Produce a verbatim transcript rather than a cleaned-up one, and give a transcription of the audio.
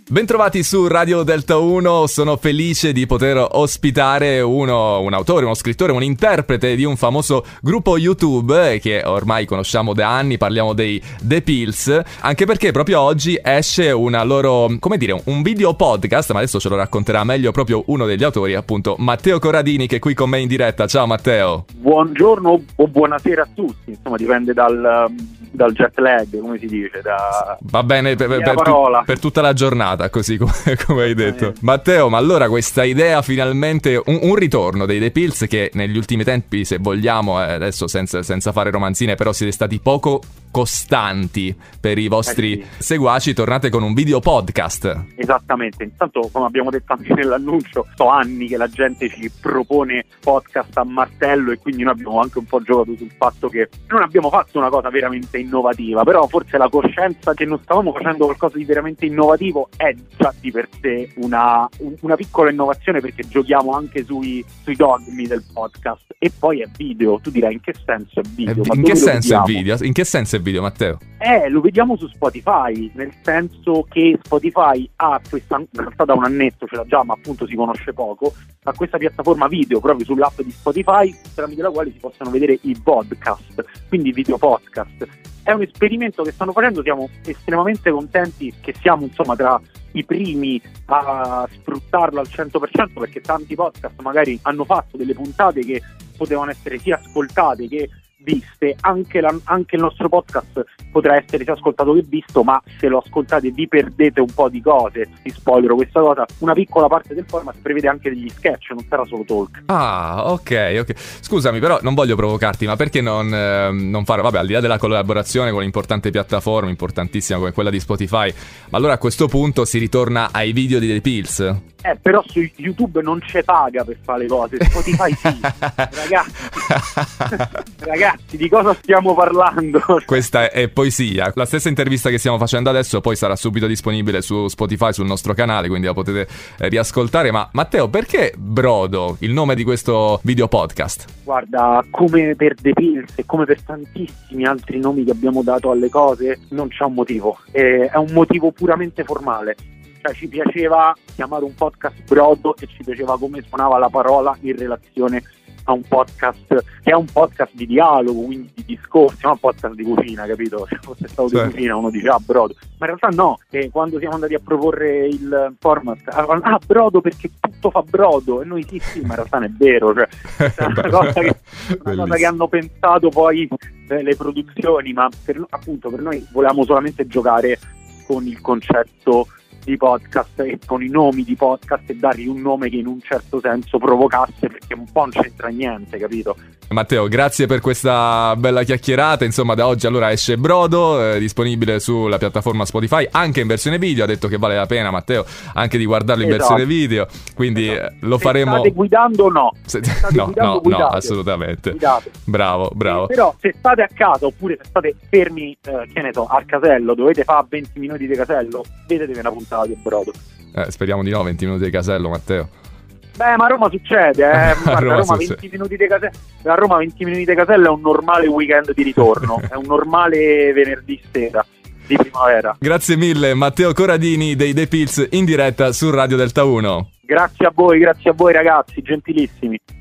Bentrovati su Radio Delta uno, sono felice di poter ospitare uno, un autore, uno scrittore, un interprete di un famoso gruppo YouTube che ormai conosciamo da anni, parliamo dei The Pills, anche perché proprio oggi esce una loro, come dire, un video podcast, ma adesso ce lo racconterà meglio proprio uno degli autori, appunto Matteo Corradini, che è qui con me in diretta. Ciao Matteo. Buongiorno o buonasera a tutti, insomma dipende dal... dal jet lag, come si dice, da... va bene per, per, per, tu, per tutta la giornata, così come, come hai detto. Eh. Matteo, ma allora questa idea finalmente, un, un ritorno dei The Pills che negli ultimi tempi, se vogliamo, eh, adesso senza, senza fare romanzine, però siete stati poco costanti per i vostri eh sì. seguaci, tornate con un video podcast. Esattamente, intanto come abbiamo detto anche nell'annuncio, so anni che la gente ci propone podcast a martello e quindi noi abbiamo anche un po' giocato sul fatto che non abbiamo fatto una cosa veramente innovativa, però forse la coscienza che non stavamo facendo qualcosa di veramente innovativo è già di per sé una, una piccola innovazione, perché giochiamo anche sui, sui dogmi del podcast. E poi è video, tu dirai in che senso è video? Eh, ma in che senso è video? In che senso è video, Matteo? Eh, lo vediamo su Spotify, nel senso che Spotify ha questa, in realtà da un annetto ce l'ha già, ma appunto si conosce poco, ha questa piattaforma video proprio sull'app di Spotify, tramite la quale si possono vedere i podcast, quindi video podcast. È un esperimento che stanno facendo, siamo estremamente contenti che siamo insomma tra i primi a sfruttarlo al cento per cento, perché tanti podcast magari hanno fatto delle puntate che potevano essere sia ascoltate che viste. Anche, la, anche il nostro podcast potrà essere sia ascoltato che visto, ma se lo ascoltate vi perdete un po' di cose. Vi spoilerò questa cosa: una piccola parte del format prevede anche degli sketch, non sarà solo talk. Ah, ok, ok. Scusami, però non voglio provocarti, ma perché non, eh, non fare, vabbè, al di là della collaborazione con un'importante piattaforma, importantissima come quella di Spotify, ma allora a questo punto si ritorna ai video di The Pills? Eh, però su YouTube non c'è paga per fare le cose, Spotify sì. Ragazzi, ragazzi, di cosa stiamo parlando? Questa è poesia. La stessa intervista che stiamo facendo adesso poi sarà subito disponibile su Spotify, sul nostro canale, quindi la potete eh, riascoltare. Ma Matteo, perché Brodo, il nome di questo video podcast? Guarda, come per The Pills e come per tantissimi altri nomi che abbiamo dato alle cose, non c'è un motivo, eh, è un motivo puramente formale. Cioè ci piaceva chiamare un podcast Brodo e ci piaceva come suonava la parola in relazione a un podcast che è un podcast di dialogo, quindi di discorsi, non un podcast di cucina, capito? Se fosse stato sì. di cucina uno dice ah Brodo, ma in realtà no. E quando siamo andati a proporre il format, ah Brodo perché tutto fa brodo, e noi sì sì, ma in realtà non è vero, cioè è una cosa che, una cosa che hanno pensato poi eh, le produzioni, ma per, appunto per noi volevamo solamente giocare con il concetto di podcast e con i nomi di podcast e dargli un nome che in un certo senso provocasse, perché un po' non c'entra niente, capito? Matteo, grazie per questa bella chiacchierata. Insomma, da oggi allora esce Brodo, eh, disponibile sulla piattaforma Spotify anche in versione video. Ha detto che vale la pena, Matteo, anche di guardarlo in esatto. versione video, quindi esatto. lo Se faremo. State guidando o no? Se... State no, guidando, no, guidate. no, assolutamente. Guidate. Bravo, bravo. Eh, però se state a casa oppure se state fermi, eh, che ne so, al casello, dovete fare venti minuti di casello, vedetevi una puntata di Brodo. Eh, speriamo di no, venti minuti di casello, Matteo. Beh, ma a Roma succede, eh. Guarda, a Roma, Roma succede. venti minuti di casello, a Roma venti minuti di casello è un normale weekend di ritorno, è un normale venerdì sera di primavera. Grazie mille, Matteo Corradini dei The Pills in diretta su Radio Delta uno. Grazie a voi, grazie a voi ragazzi, gentilissimi.